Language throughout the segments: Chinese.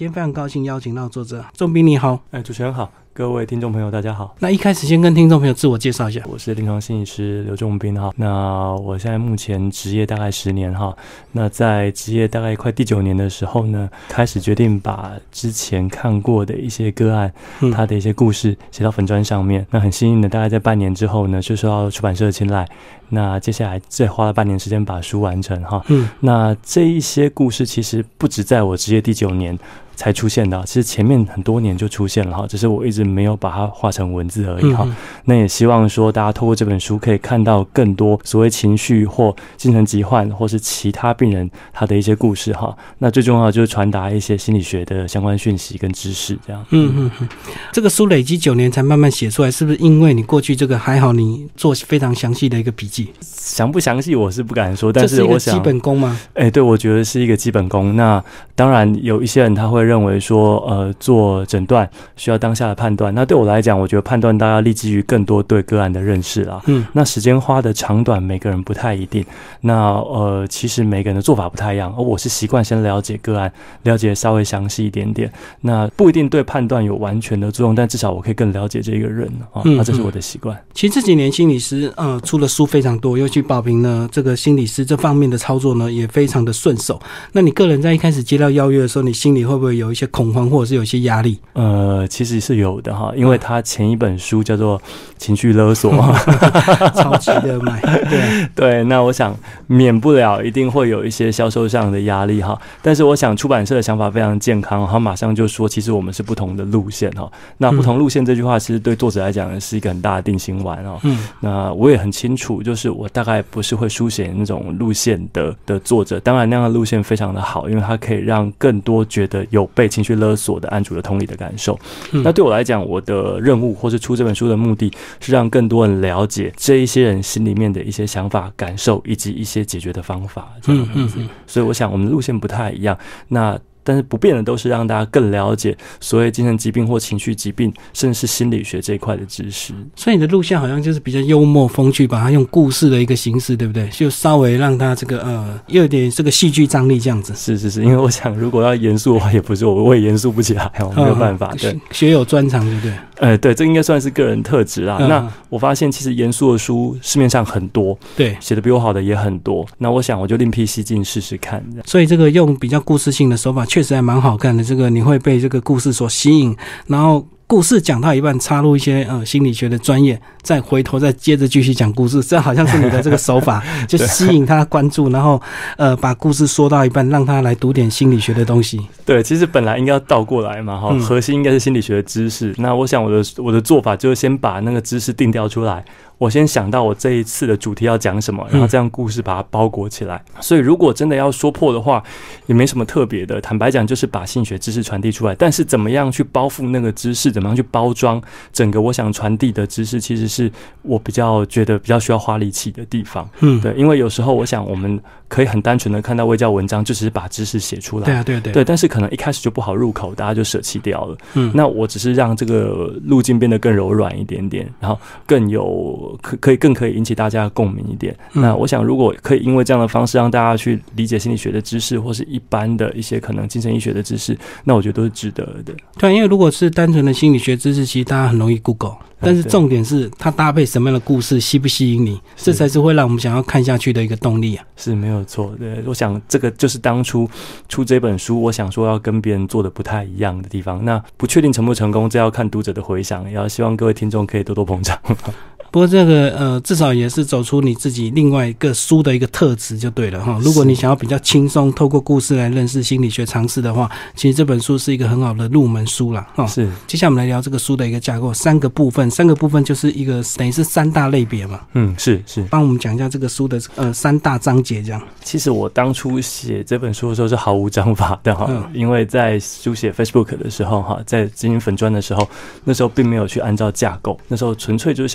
今天非常高兴邀请到作者仲彬，你好。 主持人好，各位听众朋友大家好。 那一开始先跟听众朋友自我介绍一下。 我是临床心理师刘仲彬哈。那我现在目前职业大概10年哈。那在职业大概快第9年的时候呢，开始决定把之前看过的一些个案，他的一些故事写到粉专上面。那很幸运的，大概在半年之后呢，就受到出版社的青睐。那接下来再花了半年时间把书完成哈。那这一些故事其实不止在我职业第9年才出现的，其实前面很多年就出现了哈，只是我一直没有把它化成文字而已哈。那也希望说大家透过这本书可以看到更多所谓情绪或精神疾患或是其他病人他的一些故事哈。那最重要的就是传达一些心理学的相关讯息跟知识这样。 这个书累积9年才慢慢写出来，是不是因为你过去这个还好你做非常详细的一个笔记？ 详不详细我是不敢说，但是我想这是一个基本功吗？ 对，我觉得是一个基本功。那当然有一些人他会认为说做诊断需要当下的判断，那对我来讲，我觉得判断大家立基于更多对个案的认识啦。那时间花的长短每个人不太一定。那其实每个人的做法不太一样，而我是习惯先了解个案，了解稍微详细一点点。那不一定对判断有完全的作用，但至少我可以更了解这个人那这是我的习惯。 其实这几年心理师出了书非常多，尤其宝瓶呢，这个心理师这方面的操作呢也非常的顺手。那你个人在一开始接到邀约的时候，你心里会不会有一些恐慌或者是有一些压力？ 其实是有的哈，因为他前一本书叫做《情绪勒索》 超级的卖。 对，那我想免不了一定会有一些销售上的压力哈。但是我想出版社的想法非常健康，他马上就说其实我们是不同的路线哈。那不同路线这句话其实对作者来讲是一个很大的定心丸哦。那我也很清楚，就是我大概不是会书写那种路线的作者，当然那样的路线非常的好，因为它可以让更多觉得有被情绪勒索的案主的同理的感受。那对我来讲，我的任务或是出这本书的目的是让更多人了解这一些人心里面的一些想法、感受以及一些解决的方法。所以我想我们的路线不太一样。但是不变的都是让大家更了解所谓精神疾病或情绪疾病，甚至是心理学这一块的知识。 所以你的路线好像就是比较幽默风趣，把它用故事的一个形式，对不对？就稍微让它这个又有点这个戏剧张力这样子。 是，因为我想如果要严肃的话，也不是我也严肃不起来，我没有办法。对， 学有专长，对不对？ 对，这应该算是个人特质啦。那我发现其实严肃的书市面上很多，对，写的比我好的也很多。那我想我就另辟蹊径试试看。 所以这个用比较故事性的手法，确实还蛮好看的。这个你会被这个故事所吸引，然后故事讲到一半插入一些心理学的专业，再回头再接着继续讲故事，这好像是你的这个手法就吸引他关注，然后把故事说到一半让他来读点心理学的东西。 对，其实本来应该要倒过来嘛，核心应该是心理学的知识。那我想我的做法就是先把那个知识定调出来，我先想到我这一次的主题要讲什么，然后这样故事把它包裹起来。所以如果真的要说破的话，也没什么特别的，坦白讲就是把心理学知识传递出来。但是怎么样去包覆那个知识，怎么样去包装整个我想传递的知识，其实是我觉得比较需要花力气的地方。对，因为有时候我想我们可以很单纯的看到卫教文章，就只是把知识写出来。对，但是可能一开始就不好入口，大家就舍弃掉了。那我只是让这个路径变得更柔软一点点，然后更有更可以引起大家的共鸣一点。那我想如果可以因为这样的方式让大家去理解心理学的知识，或是一般的一些可能精神医学的知识，那我觉得都是值得的。 对，因为如果是单纯的心理学知识，其实大家很容易 Google， 但是重点是它搭配什么样的故事吸不吸引你，这才是会让我们想要看下去的一个动力啊。 是没有错。对，我想这个就是当初出这本书我想说要跟别人做的不太一样的地方。那不确定成不成功，这要看读者的回响，也要希望各位听众可以多多捧场。 不过这个至少也是走出你自己另外一个书的一个特质就对了哈。如果你想要比较轻松透过故事来认识心理学常识的话，其实这本书是一个很好的入门书啦。是。接下来我们来聊这个书的一个架构，3个部分就是一个等于是3大类别嘛。是。帮我们讲一下这个书的3大章节这样。 其实我当初写这本书的时候是毫无章法的哈，因为在书写 Facebook 的时候哈，在经营粉专的时候，那时候并没有去按照架构，那时候纯粹就是想到什么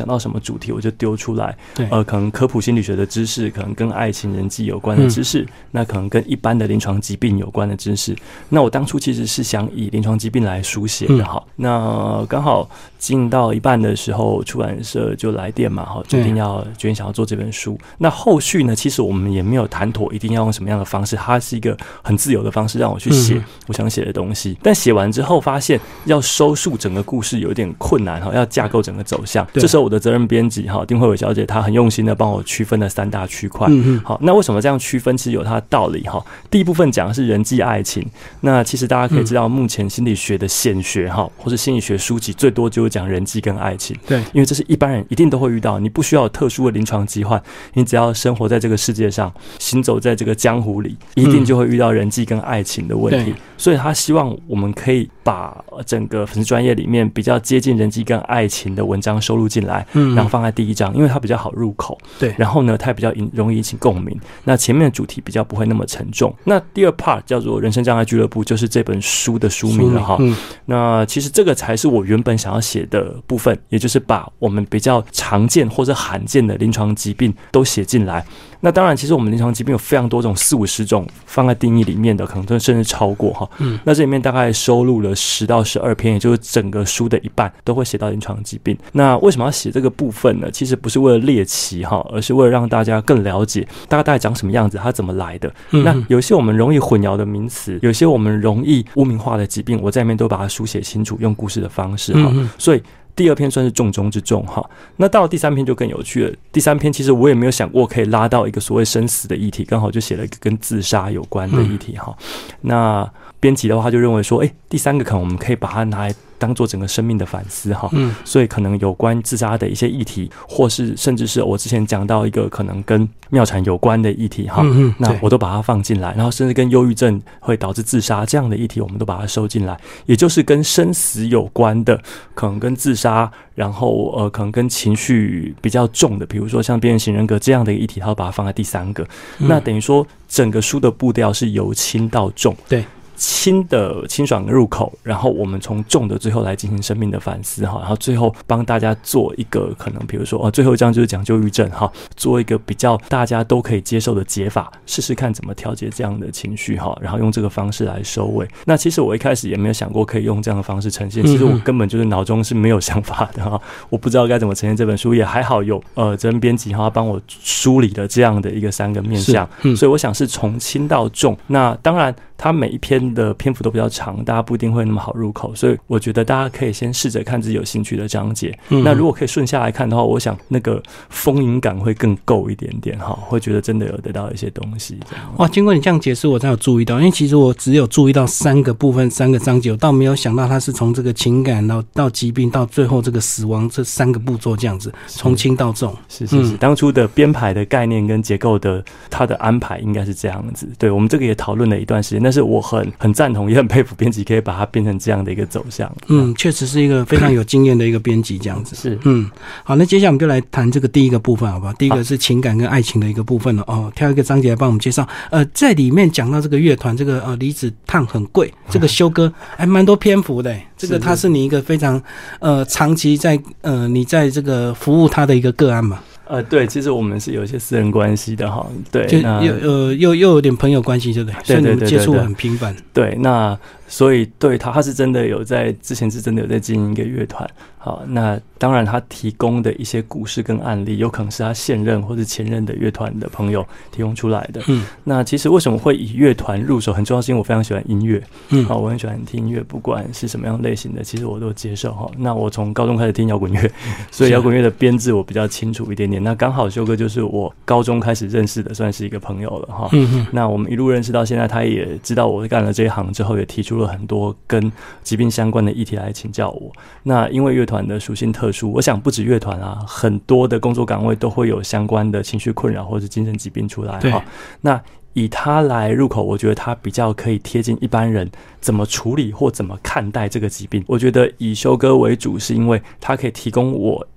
主题我就丢出来， 对， 可能科普心理学的知识，可能跟爱情人际有关的知识，那可能跟一般的临床疾病有关的知识。那我当初其实是想以临床疾病来书写的哈，那刚好进到一半的时候，出版社就来电嘛，决定想要做这本书。那后续呢，其实我们也没有谈妥一定要用什么样的方式，它是一个很自由的方式让我去写我想写的东西。但写完之后发现要收束整个故事有点困难，要架构整个走向。这时候我的责任编辑丁慧伟小姐她很用心的帮我区分了3大区块。好，那为什么这样区分？其实有它的道理。第一部分讲的是人际爱情，那其实大家可以知道，目前心理学的显学或是心理学书籍最多就是讲人际跟爱情。对，因为这是一般人一定都会遇到，你不需要有特殊的临床疾患，你只要生活在这个世界上，行走在这个江湖里，一定就会遇到人际跟爱情的问题。所以他希望我们可以把整个粉丝专页里面比较接近人际跟爱情的文章收录进来，然后放在第一章，因为它比较好入口。对，然后呢，它也比较容易引起共鸣。那前面的主题比较不会那么沉重。那第二 part 叫做人生障碍俱乐部，就是这本书的书名了哈。那其实这个才是我原本想要写的部分，也就是把我们比较常见或者罕见的临床疾病都写进来。那当然，其实我们临床疾病有非常多种，40-50种放在定义里面的，可能甚至超过哈。那这里面大概收录了10到12篇，也就是整个书的一半都会写到临床疾病。那为什么要写这个部分呢？其实不是为了猎奇哈，而是为了让大家更了解大概长什么样子，它怎么来的。那有些我们容易混淆的名词，有些我们容易污名化的疾病，我在里面都把它书写清楚，用故事的方式哈。所以第2篇算是重中之重哈，那到了第3篇就更有趣了。第3篇其实我也没有想过可以拉到一个所谓生死的议题，刚好就写了一个跟自杀有关的议题哈。那编辑的话就认为说，第3个可能我们可以把它拿来当做整个生命的反思哈，所以可能有关自杀的一些议题，或是甚至是我之前讲到一个可能跟妙产有关的议题哈，那我都把它放进来，然后甚至跟忧郁症会导致自杀这样的议题，我们都把它收进来，也就是跟生死有关的，可能跟自杀，然后可能跟情绪比较重的，比如说像边缘型人格这样的一个议题，它都把它放在第3个，那等于说整个书的步调是由轻到重，对。轻的清爽入口，然后我们从重的最后来进行生命的反思哈，然后最后帮大家做一个可能比如说最后一章就是讲忧郁症哈，做一个比较大家都可以接受的解法，试试看怎么调节这样的情绪哈，然后用这个方式来收尾。那其实我一开始也没有想过可以用这样的方式呈现，其实我根本就是脑中是没有想法的哈，我不知道该怎么呈现这本书，也还好有责任编辑哈帮我梳理了这样的一个3个面向，所以我想是从轻到重。那当然它每一篇的篇幅都比较长，大家不一定会那么好入口，所以我觉得大家可以先试着看自己有兴趣的章节，那如果可以顺下来看的话，我想那个丰盈感会更够一点点哈，会觉得真的有得到一些东西。 哇，经过你这样解释我才有注意到，因为其实我只有注意到3个部分3个章节，我倒没有想到它是从这个情感到疾病到最后这个死亡这3个步骤这样子，从轻到重。 是当初的编排的概念跟结构的它的安排应该是这样子。对，我们这个也讨论了一段时间，但是我很赞同，也很佩服编辑可以把它变成这样的一个走向。 确实是一个非常有经验的一个编辑这样子。是，好，那接下来我们就来谈这个第1个部分好不好？第一个是情感跟爱情的一个部分了哦。挑一个章节来帮我们介绍。在里面讲到这个乐团，这个离子烫很贵，这个修哥还蛮多篇幅的。这个他是你一个非常长期在你在这个服务他的一个个案嘛？ 对，其实我们是有一些私人关系的哈，对， 就又有点朋友关系，对不对？所以你们接触很频繁。 对，那所以对他是真的有之前是真的有在经营一个乐团。好，那当然他提供的一些故事跟案例，有可能是他现任或者前任的乐团的朋友提供出来的。那其实为什么会以乐团入手，很重要是因为我非常喜欢音乐。好，我很喜欢听音乐，不管是什么样类型的，其实我都接受哈。那我从高中开始听摇滚乐，所以摇滚乐的编制我比较清楚一点点。那刚好修哥就是我高中开始认识的，算是一个朋友了哈。那我们一路认识到现在，他也知道我干了这一行之后，也提出了很多跟疾病相关的议题来请教我。那因为乐团的属性特殊，我想不止乐团啊，很多的工作岗位都会有相关的情绪困扰或者精神疾病出来哈。那以他来入口，我觉得他比较可以贴近一般人怎么处理或怎么看待这个疾病。我觉得以修哥为主，是因为他可以提供我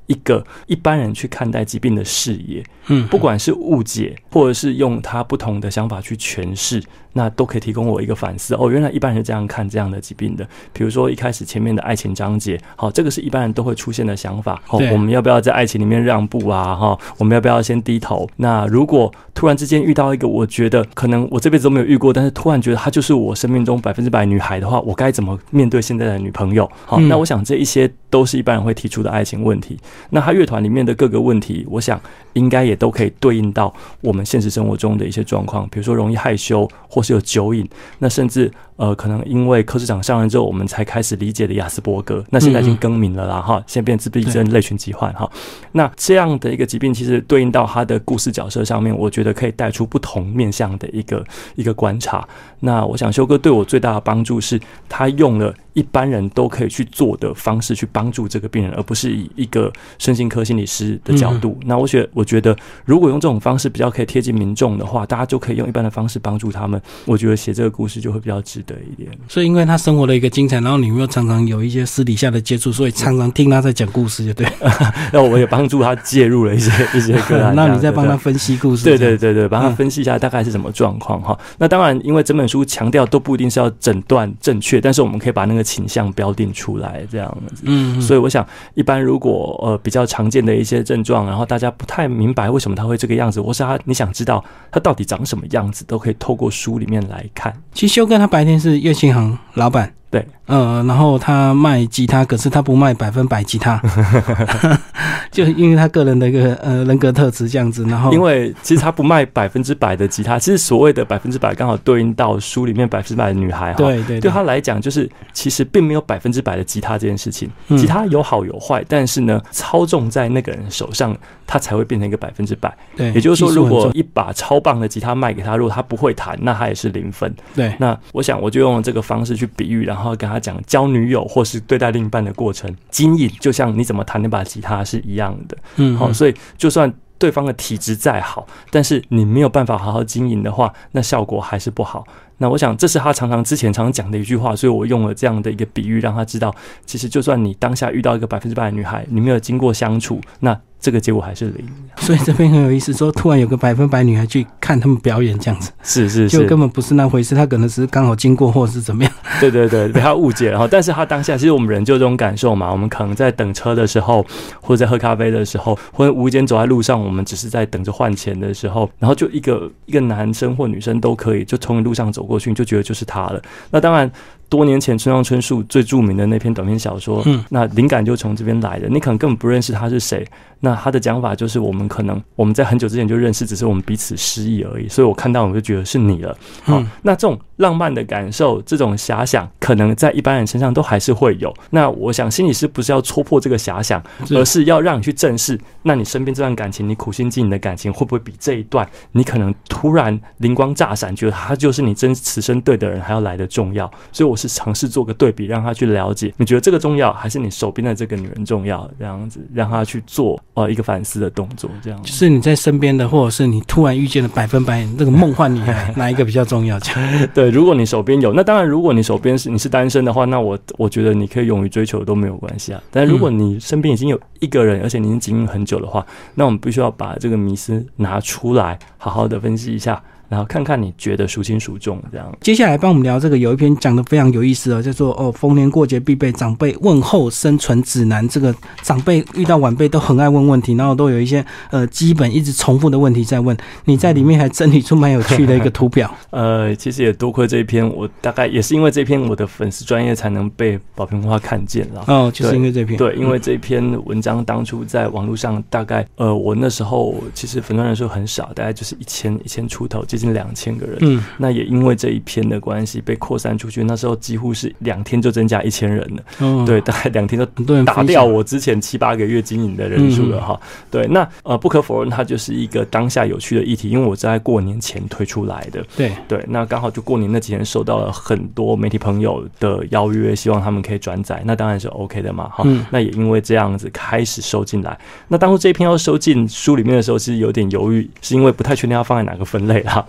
一个一般人去看待疾病的视野，不管是误解或者是用他不同的想法去诠释，那都可以提供我一个反思。原来一般人是这样看这样的疾病的。比如说一开始前面的爱情章节，这个是一般人都会出现的想法。我们要不要在爱情里面让步啊？我们要不要先低头？那如果突然之间遇到一个我觉得可能我这辈子都没有遇过，但是突然觉得她就是我生命中100%女孩的话，我该怎么面对现在的女朋友？那我想这一些都是一般人会提出的爱情问题。那他乐团里面的各个问题，我想应该也都可以对应到我们现实生活中的一些状况，比如说容易害羞，或是有酒瘾，那甚至可能因为柯市长上任之后，我们才开始理解的亚斯伯格，那现在已经更名了啦哈，现在变自闭症类群疾患哈。那这样的一个疾病，其实对应到他的故事角色上面，我觉得可以带出不同面向的一个观察。那我想修哥对我最大的帮助是，他用了一般人都可以去做的方式去帮助这个病人，而不是以一个身心科心理师的角度。那我觉得如果用这种方式比较可以贴近民众的话，大家就可以用一般的方式帮助他们。我觉得写这个故事就会比较值得一点。 所以因为他生活的一个精彩，然后你们又常常有一些私底下的接触，所以常常听他在讲故事，就对。 那我也帮助他介入了一些个案， 那你再帮他分析故事。 对，帮他分析一下大概是什么状况哈。那当然，因为整本书强调都不一定是要诊断正确，但是我们可以把那个倾向标定出来，这样子。所以我想，一般如果比较常见的一些症状，然后大家不太明白为什么他会这个样子，或是你想知道他到底长什么样子，都可以透过书里面来看。 其实修哥他白天是乐器行老板。 对， 然后他卖吉他，可是他不卖100%吉他，就因为他个人的一个人格特质这样子。然后，因为其实他不卖100%的吉他，其实所谓的100%刚好对应到书里面100%的女孩。对他来讲，就是其实并没有100%的吉他这件事情。吉他有好有坏，但是呢，操纵在那个人手上，他才会变成一个100%。对，也就是说，如果一把超棒的吉他卖给他，如果他不会弹，那他也是0分。对，那我想我就用这个方式去比喻，然后跟他讲交女友或是对待另一半的过程，经营就像你怎么弹那把吉他是一样的。所以就算对方的体质再好，但是你没有办法好好经营的话，那效果还是不好。那我想这是他之前常讲的一句话，所以我用了这样的一个比喻，让他知道，其实就算你当下遇到一个100%的女孩，你没有经过相处，那这个结果还是0。 所以这边很有意思，说突然有个100%女孩去看他们表演这样子， 是， 就根本不是那回事，他可能只是刚好经过或者是怎么样。 对，被他误解了。但是他当下，其实我们人就有这种感受嘛，我们可能在等车的时候，或者在喝咖啡的时候，或者无意间走在路上，我们只是在等着换钱的时候，然后就一个男生或女生都可以就从路上走过去，你就觉得就是他了。那当然多年前村上春树最著名的那篇短篇小说，那灵感就从这边来的。你可能根本不认识他是谁，那他的讲法就是我们在很久之前就认识，只是我们彼此失忆而已。所以我看到我就觉得是你了。那这种浪漫的感受，这种遐想，可能在一般人身上都还是会有。那我想心理师不是要戳破这个遐想，而是要让你去正视，那你身边这段感情，你苦心经营的感情，会不会比这一段你可能突然灵光乍闪，觉得他就是你真此生对的人还要来的重要？所以我是尝试做个对比，让他去了解，你觉得这个重要，还是你手边的这个女人重要？这样子让他去做一个反思的动作，这样就是你在身边的，或者是你突然遇见了100%那个梦幻女孩，哪一个比较重要？ 对，如果你手边有，那当然，如果你手边你是单身的话，那我觉得你可以勇于追求都没有关系啊。但如果你身边已经有一个人，而且你已经经营很久的话，那我们必须要把这个迷思拿出来，好好的分析一下。然后看看你觉得孰轻孰重这样。接下来帮我们聊这个，有一篇讲得非常有意思叫做逢年过节必备长辈问候生存指南。这个长辈遇到晚辈都很爱问问题，然后都有一些基本一直重复的问题在问。你在里面还整理出蛮有趣的一个图表。 其实也多亏这一篇，我大概也是因为这篇我的粉丝专业才能被宝瓶文化看见了。 就是因为这篇。 对，因为这篇文章当初在网络上大概我那时候其实粉专人数很少，大概就是1000出头，接近2000个人。那也因为这一篇的关系被扩散出去，那时候几乎是2天就增加1000人了。对，大概2天就打掉我之前7-8个月经营的人数了哈。对，那不可否认它就是一个当下有趣的议题，因为我在过年前推出来的。对，那刚好就过年那几天收到了很多媒体朋友的邀约，希望他们可以转载，那当然是 OK 的嘛哈。那也因为这样子开始收进来。那当初这一篇要收进书里面的时候，其实有点犹豫，是因为不太确定要放在哪个分类啦。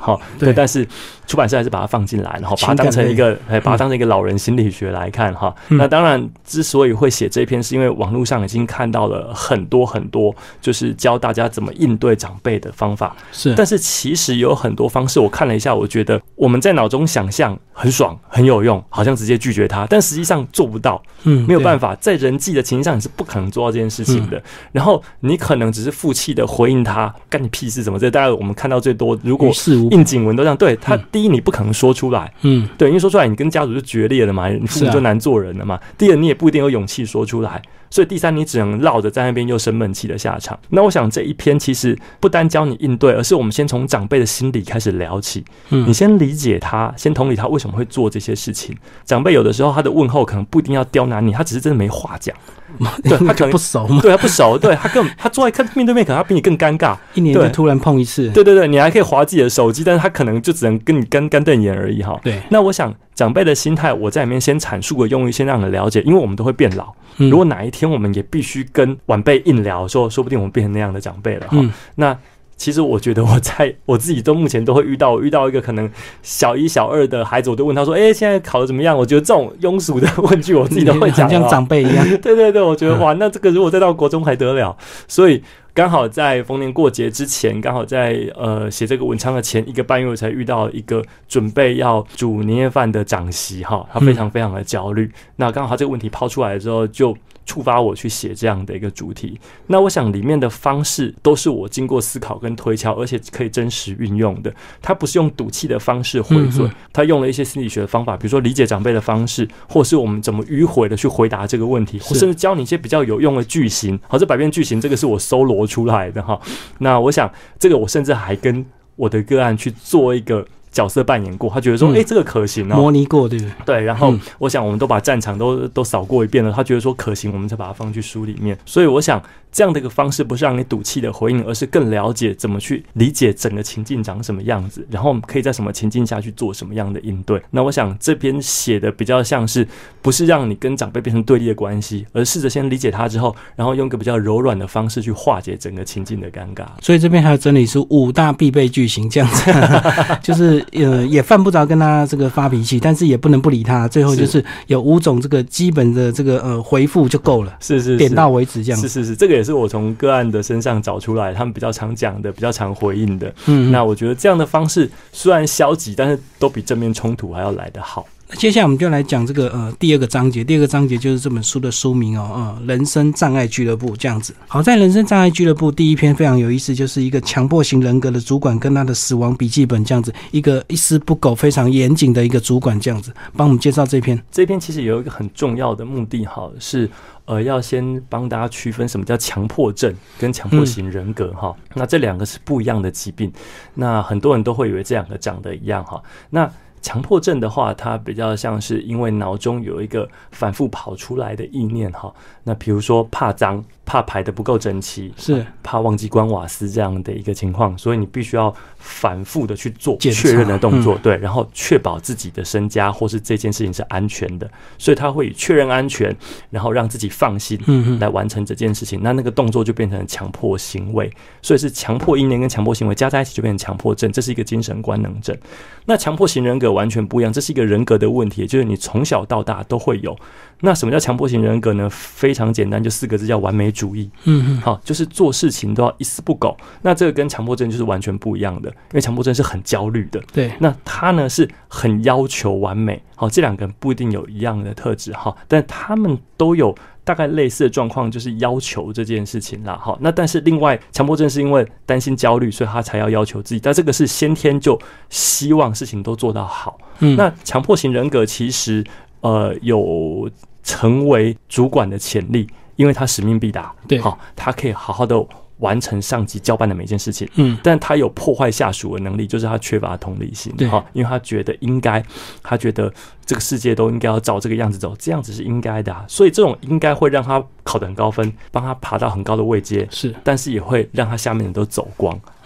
哈。对，但是出版社还是把它放进来，然后把它当成一个老人心理学来看哈。那当然，之所以会写这篇，是因为网络上已经看到了很多很多，就是教大家怎么应对长辈的方法。是，但是其实有很多方式，我看了一下，我觉得我们在脑中想象很爽、很有用，好像直接拒绝他，但实际上做不到。没有办法，在人际的情境上你是不可能做到这件事情的。然后你可能只是负气的回应他，干你屁事什么？这大概我们看到最多，如果应景文都这样，对他第一你不可能说出来，对，因为说出来你跟家族就决裂了嘛，你父母就难做人了嘛。第二你也不一定有勇气说出来。所以第三，你只能绕着在那边又生闷气的下场。那我想这一篇其实不单教你应对，而是我们先从长辈的心理开始聊起。你先理解他，先同理他为什么会做这些事情。长辈有的时候他的问候可能不一定要刁难你，他只是真的没话讲。对，他可能不熟嘛， 对，他不熟，对，他坐在面对面，可能他比你更尴尬， 一年就突然碰一次。 对，你还可以滑自己的手机，但是他可能就只能跟你干瞪眼而已哈。对，那我想长辈的心态，我在里面先阐述个用意，先让人了解，因为我们都会变老。如果哪一天我们也必须跟晚辈硬聊，说不定我们变成那样的长辈了哈。那其实我觉得我自己都目前都会遇到一个可能小1小2的孩子，我就问他说：“现在考得怎么样？”我觉得这种庸俗的问句，我自己都会讲， 像长辈一样。 对，我觉得哇，那这个如果再到国中还得了？所以刚好在逢年过节之前，刚好在写这个文章的前1个半月，我才遇到一个准备要煮年夜饭的长媳哈，他非常非常的焦虑。那刚好他这个问题抛出来之后，就触发我去写这样的一个主题。那我想里面的方式都是我经过思考跟推敲，而且可以真实运用的。他不是用赌气的方式回嘴，他用了一些心理学的方法，比如说理解长辈的方式，或是我们怎么迂回的去回答这个问题，或甚至教你一些比较有用的句型。好，这百变句型这个是我搜罗出来的哈。那我想这个我甚至还跟我的个案去做一个角色扮演过，他觉得说这个可行哦， 模拟过，对不对？ 对，然后我想我们都把战场都扫过一遍了，他觉得说可行，我们才把它放去书里面。所以我想这样的一个方式不是让你赌气的回应，而是更了解怎么去理解整个情境长什么样子，然后我们可以在什么情境下去做什么样的应对。那我想这篇写的比较像是不是让你跟长辈变成对立的关系，而试着先理解他之后，然后用一个比较柔软的方式去化解整个情境的尴尬。 所以这边还有整理出5大必备句型，这样子就是也犯不着跟他这个发脾气，但是也不能不理他。最后就是有5种这个基本的这个回复就够了，是点到为止这样。 是，这个也是我从个案的身上找出来，他们比较常讲的、比较常回应的。那我觉得这样的方式虽然消极，但是都比正面冲突还要来得好。 接下来我们就来讲这个第2个章节。第2个章节就是这本书的书名人生障碍俱乐部这样子。好，在人生障碍俱乐部第1篇非常有意思，就是一个强迫型人格的主管跟他的死亡笔记本这样子，一个一丝不苟、非常严谨的一个主管这样子。帮我们介绍这篇。 这篇其实有一个很重要的目的哈，是要先帮大家区分什么叫强迫症跟强迫型人格哈。那这2个是不一样的疾病。那很多人都会以为这2个长得一样哈。那强迫症的话，它比较像是因为脑中有一个反复跑出来的意念哈。那比如说怕脏、怕排得不够整齐，是怕忘记关瓦斯这样的一个情况，所以你必须要反复的去做确认的动作，对，然后确保自己的身家或是这件事情是安全的，所以他会以确认安全，然后让自己放心来完成这件事情。那个动作就变成强迫行为，所以是强迫意念跟强迫行为加在一起就变成强迫症，这是一个精神官能症。那强迫型人格完全不一样，这是一个人格的问题，也就是你从小到大都会有。那什么叫强迫型人格呢？非常简单，就4个字，叫完美主义。好，就是做事情都要一丝不苟。那这个跟强迫症就是完全不一样的，因为强迫症是很焦虑的，对。那他呢是很要求完美。好，这2个人不一定有一样的特质哈，但他们都有大概类似的状况，就是要求这件事情啦。好，那但是另外强迫症是因为担心焦虑，所以他才要求自己，但这个是先天就希望事情都做到好。那强迫型人格其实有成为主管的潜力，因为他使命必达，对，好，他可以好好的完成上级交办的每件事情，但他有破坏下属的能力，就是他缺乏同理心，对，因为他觉得应该，他觉得这个世界都应该要照这个样子走，这样子是应该的所以这种应该会让他考得很高分，帮他爬到很高的位阶，是，但是也会让他下面人都走光，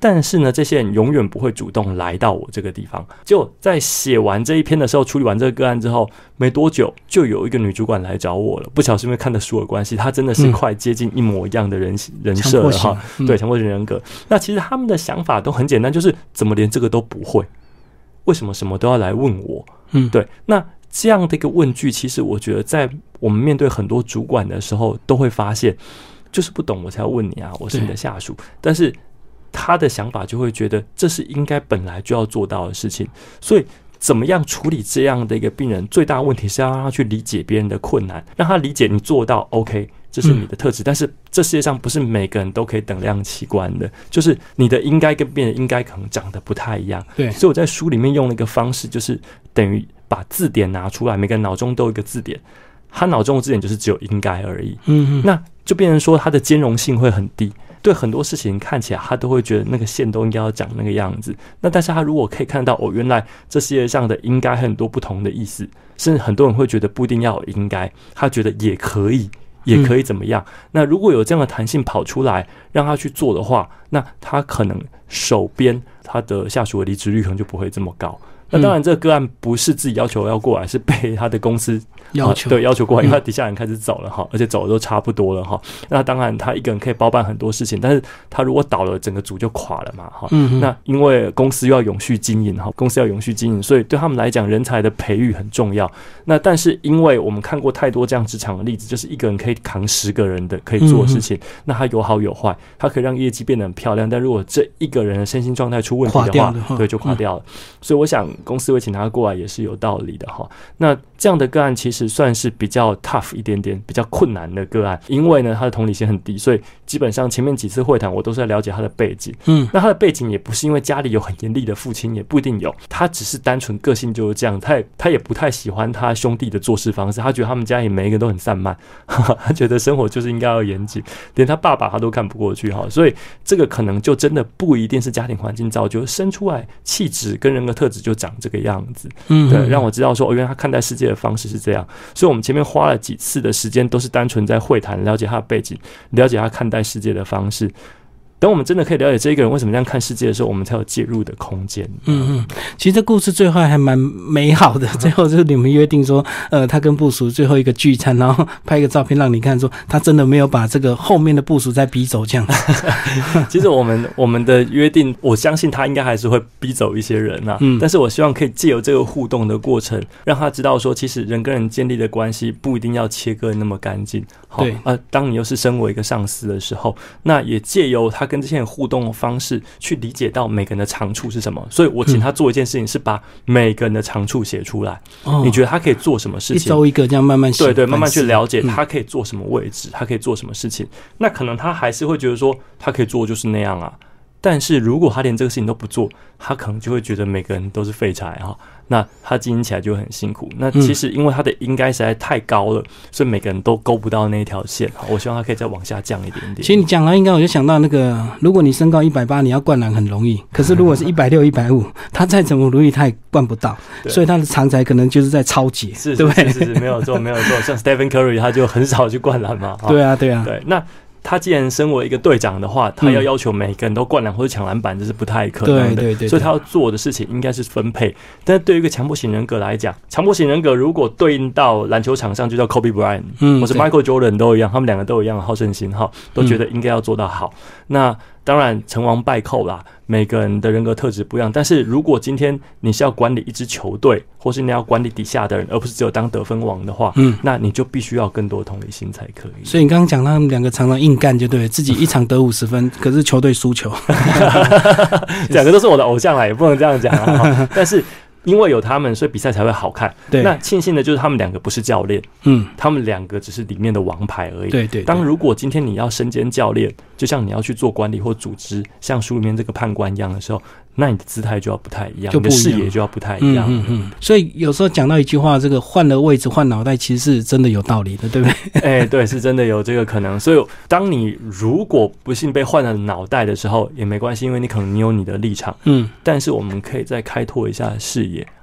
但是呢，这些人永远不会主动来到我这个地方。就在写完这一篇的时候，处理完这个个案之后，没多久就有一个女主管来找我了。不晓得是因为看的书的关系，她真的是快接近一模一样的人设了哈。对，强迫型人格。那其实他们的想法都很简单，就是怎么连这个都不会？为什么什么都要来问我？对。那这样的一个问句，其实我觉得在我们面对很多主管的时候，都会发现，就是不懂我才要问你啊，我是你的下属。但是他的想法就会觉得这是应该本来就要做到的事情，所以怎么样处理这样的一个病人，最大的问题是要让他去理解别人的困难，让他理解你做到 OK， 这是你的特质，但是这世界上不是每个人都可以等量齐观的，就是你的应该跟别人应该可能长得不太一样。对，所以我在书里面用了一个方式，就是等于把字典拿出来，每个人脑中都有一个字典，他脑中的字典就是只有应该而已。那就变成说他的兼容性会很低，对很多事情看起来他都会觉得那个线都应该要长那个样子。那但是他如果可以看到原来这世界上的应该很多不同的意思，甚至很多人会觉得不一定要有应该，他觉得也可以怎么样。那如果有这样的弹性跑出来让他去做的话，那他可能手边他的下属的离职率可能就不会这么高。那当然这个个案不是自己要求要过来，是被他的公司要求过来，因为他底下人开始走了哈，而且走的都差不多了哈。那当然他一个人可以包办很多事情，但是他如果倒了，整个组就垮了嘛哈。那因为公司又要永续经营哈，所以对他们来讲，人才的培育很重要。那但是因为我们看过太多这样职场的例子，就是一个人可以扛10个人的可以做的事情，那他有好有坏，他可以让业绩变得很漂亮，但如果这一个人的身心状态出问题的话，对，就垮掉了。所以我想公司会请他过来也是有道理的哈。那这样的个案其实算是比较 tough 一点点，比较困难的个案，因为呢他的同理心很低，所以基本上前面几次会谈我都是在了解他的背景。那他的背景也不是因为家里有很严厉的父亲，也不一定有，他只是单纯个性就是这样，他也不太喜欢他兄弟的做事方式，他觉得他们家里每一个都很散漫，他觉得生活就是应该要严谨，连他爸爸他都看不过去哈。所以这个可能就真的不一定是家庭环境造就，生出来气质跟人格特质就长这个样子。对，让我知道说原来他看待世界的方式是这样。所以我们前面花了几次的时间都是单纯在会谈，了解他的背景，了解他看待世界的方式。等我们真的可以了解这一个人为什么这样看世界的时候，我们才有介入的空间。 其实这故事最后还蛮美好的，最后就是你们约定说，他跟部属最后一个聚餐，然后拍一个照片让你看，说他真的没有把这个后面的部属再逼走这样子。 其实我们的约定，我相信他应该还是会逼走一些人啊。但是我希望可以借由这个互动的过程，让他知道说，其实人跟人建立的关系不一定要切割那么干净。对，当你又是身为一个上司的时候，那也借由他跟这些人互动的方式，去理解到每个人的长处是什么。所以我请他做一件事情，是把每个人的长处写出来。你觉得他可以做什么事情？ 一周一个这样慢慢写， 对，慢慢去了解他可以做什么位置，他可以做什么事情。那可能他还是会觉得说，他可以做就是那样啊。但是如果他连这个事情都不做，他可能就会觉得每个人都是废柴哈。那他经营起来就很辛苦。那其实因为他的应该实在太高了，所以每个人都勾不到那一条线。我希望他可以再往下降一点点。 其实你讲到应该，我就想到那个，如果你身高180，你要灌篮很容易。可是如果是160、150，他再怎么努力，他也灌不到。所以他的长才可能就是在抄截，对不对？ 是，没有错。像 Stephen Curry 他就很少去灌篮嘛。 对啊。 对，那他既然身为一个队长的话，他要求每个人都灌篮或者抢篮板，这是不太可能的。对，所以他要做的事情应该是分配。但是对于一个强迫型人格来讲，强迫型人格如果对应到篮球场上，就叫 Kobe Bryant，或是 Michael Jordan 都一样，他们两个都一样的好胜心，都觉得应该要做到好。那当然成王败寇啦，每个人的人格特质不一样。但是如果今天你是要管理一支球队，或是你要管理底下的人，而不是只有当得分王的话，那你就必须要更多同理心才可以。 所以你刚刚讲他们两个常常硬干就对了，自己一场得50分，可是球队输球。 两个都是我的偶像啦，也不能这样讲啊。但是因为有他们，所以比赛才会好看。对，那庆幸的就是他们两个不是教练，他们两个只是里面的王牌而已。对。当如果今天你要身兼教练，就像你要去做管理或组织，像书里面这个判官一样的时候，那你的姿态就要不太一样，你的视野就要不太一样。 所以有时候讲到一句话，这个换了位置换脑袋，其实是真的有道理的，对不对？ 对，是真的有这个可能。所以当你如果不幸被换了脑袋的时候，也没关系，因为你可能你有你的立场。但是我们可以再开拓一下视野。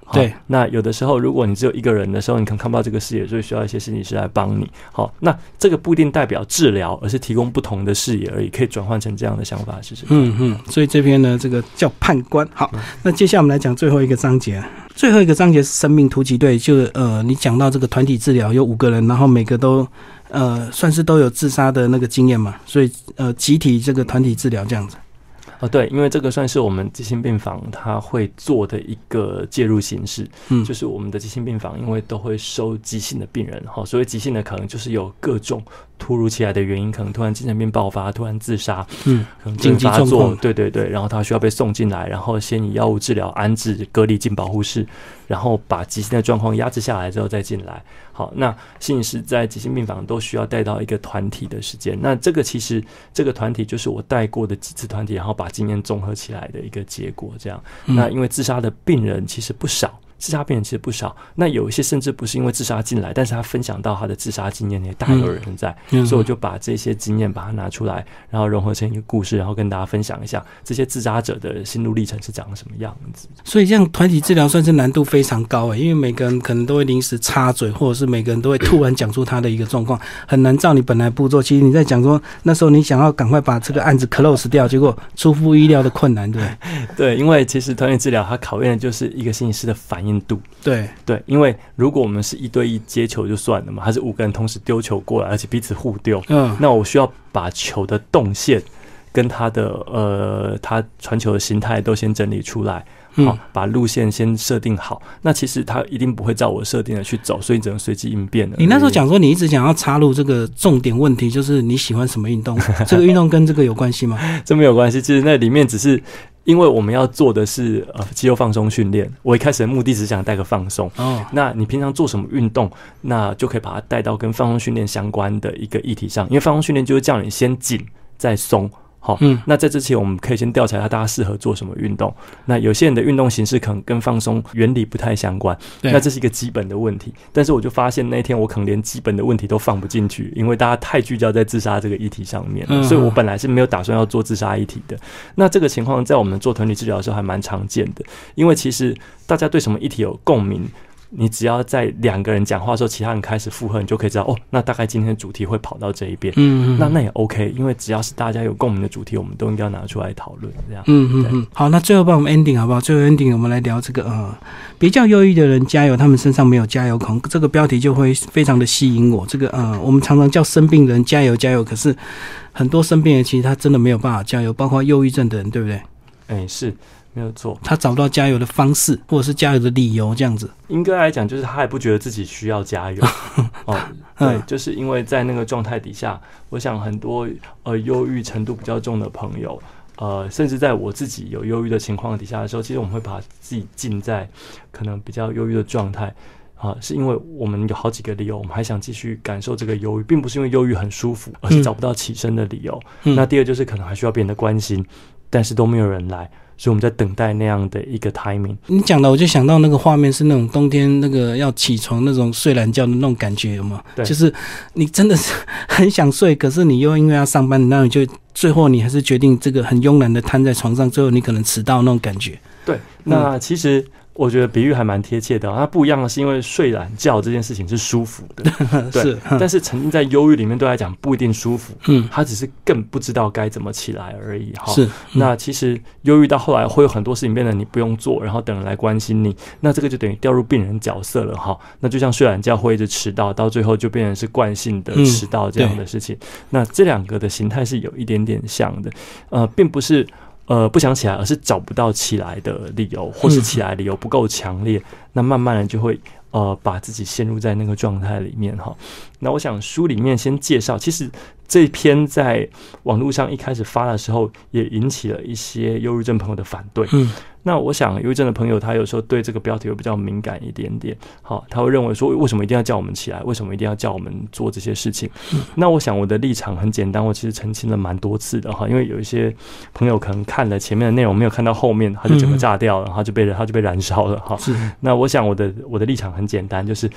对， 那有的时候如果你只有一个人的时候，你可能看不到这个视野，所以需要一些心理师来帮你。好，那这个不一定代表治疗，而是提供不同的视野而已，可以转换成这样的想法试试看。 所以这篇呢，这个叫判官。好，那接下来我们来讲最后一个章节。最后一个章节是生命突击队，就你讲到这个团体治疗有5个人，然后每个都算是都有自杀的那个经验嘛，所以集体这个团体治疗这样子。 对，因为这个算是我们急性病房它会做的一个介入形式，就是我们的急性病房因为都会收急性的病人，所谓急性的可能就是有各种突如其来的原因，可能突然精神病爆发，突然自杀，可能紧急状况， 对，然后他需要被送进来，然后先以药物治疗安置隔离进保护室，然后把急性的状况压制下来之后再进来。好，那心理师在急性病房都需要带到一个团体的时间，那这个其实这个团体就是我带过的几次团体，然后把经验综合起来的一个结果这样。那因为自杀的病人其实不少，那有一些甚至不是因为自杀进来，但是他分享到他的自杀经验也大有人在，所以我就把这些经验把它拿出来，然后融合成一个故事，然后跟大家分享一下这些自杀者的心路历程是长什么样子。 所以这样团体治疗算是难度非常高因为每个人可能都会临时插嘴，或者是每个人都会突然讲出他的一个状况，很难照你本来步骤。其实你在讲说那时候你想要赶快把这个案子 close 掉，结果出乎意料的困难，对对，因为其实团体治疗它考验的就是一个心理师的反应度。对，因为如果我们是1对1接球就算了嘛，还是5个人同时丢球过来，而且彼此互丢，那我需要把球的动线跟他的他传球的形态都先整理出来，好，把路线先设定好。那其实他一定不会照我设定的去走，所以只能随机应变了。 你那时候讲说你一直想要插入这个重点问题，就是你喜欢什么运动？这个运动跟这个有关系吗？ 这没有关系，其实那里面只是因为我们要做的是肌肉放松训练，我一开始的目的只是想带个放松。那你平常做什么运动，那就可以把它带到跟放松训练相关的一个议题上，因为放松训练就是叫你先紧再松。好，那在之前我们可以先调查一下大家适合做什么运动。那有些人的运动形式可能跟放松原理不太相关，那这是一个基本的问题。但是我就发现那天我可能连基本的问题都放不进去，因为大家太聚焦在自杀这个议题上面了，所以我本来是没有打算要做自杀议题的。那这个情况在我们做团体治疗的时候还蛮常见的，因为其实大家对什么议题有共鸣，你只要在2个人讲话的时候，其他人开始附和，你就可以知道那大概今天的主题会跑到这一边。那也 OK， 因为只要是大家有共鸣的主题，我们都应该要拿出来讨论。这样， 好，那最后帮我们 ending 好不好？最后 ending 我们来聊这个别叫忧郁的人加油，他们身上没有加油孔。这个标题就会非常的吸引我。这个我们常常叫生病人加油加油，可是很多生病人其实他真的没有办法加油，包括忧郁症的人，对不对？ 是。没有错， 他找不到加油的方式，或者是加油的理由，这样子。 应该来讲，就是他还不觉得自己需要加油。对，就是因为在那个状态底下，我想很多忧郁程度比较重的朋友，甚至在我自己有忧郁的情况底下的时候，其实我们会把自己浸在可能比较忧郁的状态。是因为我们有好几个理由，我们还想继续感受这个忧郁，并不是因为忧郁很舒服，而是找不到起身的理由。那第二就是可能还需要别人的关心，但是都没有人来。所以我们在等待那样的一个 timing。你讲的我就想到那个画面是那种冬天那个要起床那种睡懒觉的那种感觉，有没有？对，就是你真的是很想睡，可是你又因为要上班，那你就最后你还是决定这个很慵懒的瘫在床上，最后你可能迟到那种感觉。 对，那其实我觉得比喻还蛮贴切的。它不一样的是因为睡懒觉这件事情是舒服的，对，是，但是沉浸在忧郁里面对来讲不一定舒服，他只是更不知道该怎么起来而已。是，那其实忧郁到后来会有很多事情变得你不用做，然后等人来关心你，那这个就等于掉入病人角色了哈。那就像睡懒觉会一直迟到，到最后就变成是惯性的迟到这样的事情。那这两个的形态是有一点点像的，并不是不想起来，而是找不到起来的理由，或是起来理由不够强烈，那慢慢的就会把自己陷入在那个状态里面哈。那我想书里面先介绍，其实这篇在网络上一开始发的时候，也引起了一些忧郁症朋友的反对。那我想忧郁症的朋友他有时候对这个标题会比较敏感一点点，好，他会认为说为什么一定要叫我们起来，为什么一定要叫我们做这些事情。那我想我的立场很简单，我其实澄清了蛮多次的哈，因为有一些朋友可能看了前面的内容没有看到后面，他就整个炸掉了，他就被燃烧了哈。那我想我的立场很简单，就是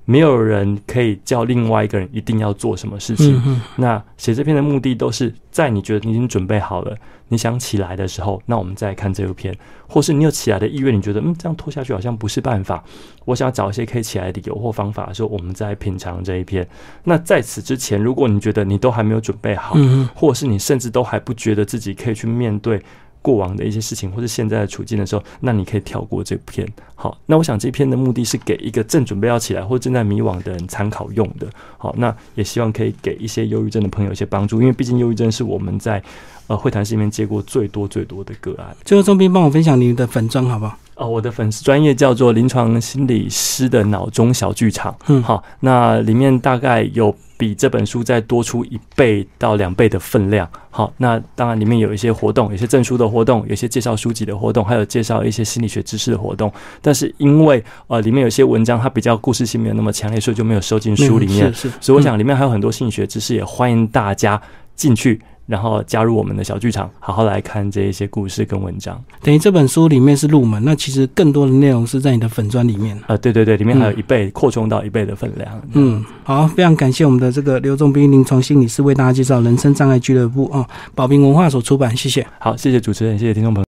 没有人可以叫另外一个人一定要做什么事情。那写这篇的目的都是在你觉得你已经准备好了，你想起来的时候，那我们再来看这部片，或是你有起来的意愿，你觉得这样拖下去好像不是办法，我想要找一些可以起来的理由或方法的时候，我们再来品尝这一篇。那在此之前，如果你觉得你都还没有准备好，或者是你甚至都还不觉得自己可以去面对过往的一些事情或是现在的处境的时候，那你可以跳过这篇。好，那我想这篇的目的是给一个正准备要起来或正在迷惘的人参考用的。好，那也希望可以给一些忧郁症的朋友一些帮助，因为毕竟忧郁症是我们在会谈室里面接过最多的个案。 最后，仲斌帮我分享你的粉专好不好？ 我的粉丝专业叫做临床心理师的脑中小剧场。好，那里面大概有比这本书再多出1倍到2倍的分量。好，那当然里面有一些活动，有些证书的活动，有些介绍书籍的活动，还有介绍一些心理学知识的活动。但是因为里面有些文章它比较故事性没有那么强烈，所以就没有收进书里面。所以我想里面还有很多心理学知识，也欢迎大家进去，然后加入我们的小剧场，好好来看这一些故事跟文章。 等于这本书里面是入门，那其实更多的内容是在你的粉专里面。 对，里面还有1倍扩充到1倍的分量。 好，非常感谢我们的这个刘仲斌临床心理师为大家介绍人生障碍俱乐部宝瓶文化所出版，谢谢。 好，谢谢主持人，谢谢听众朋友。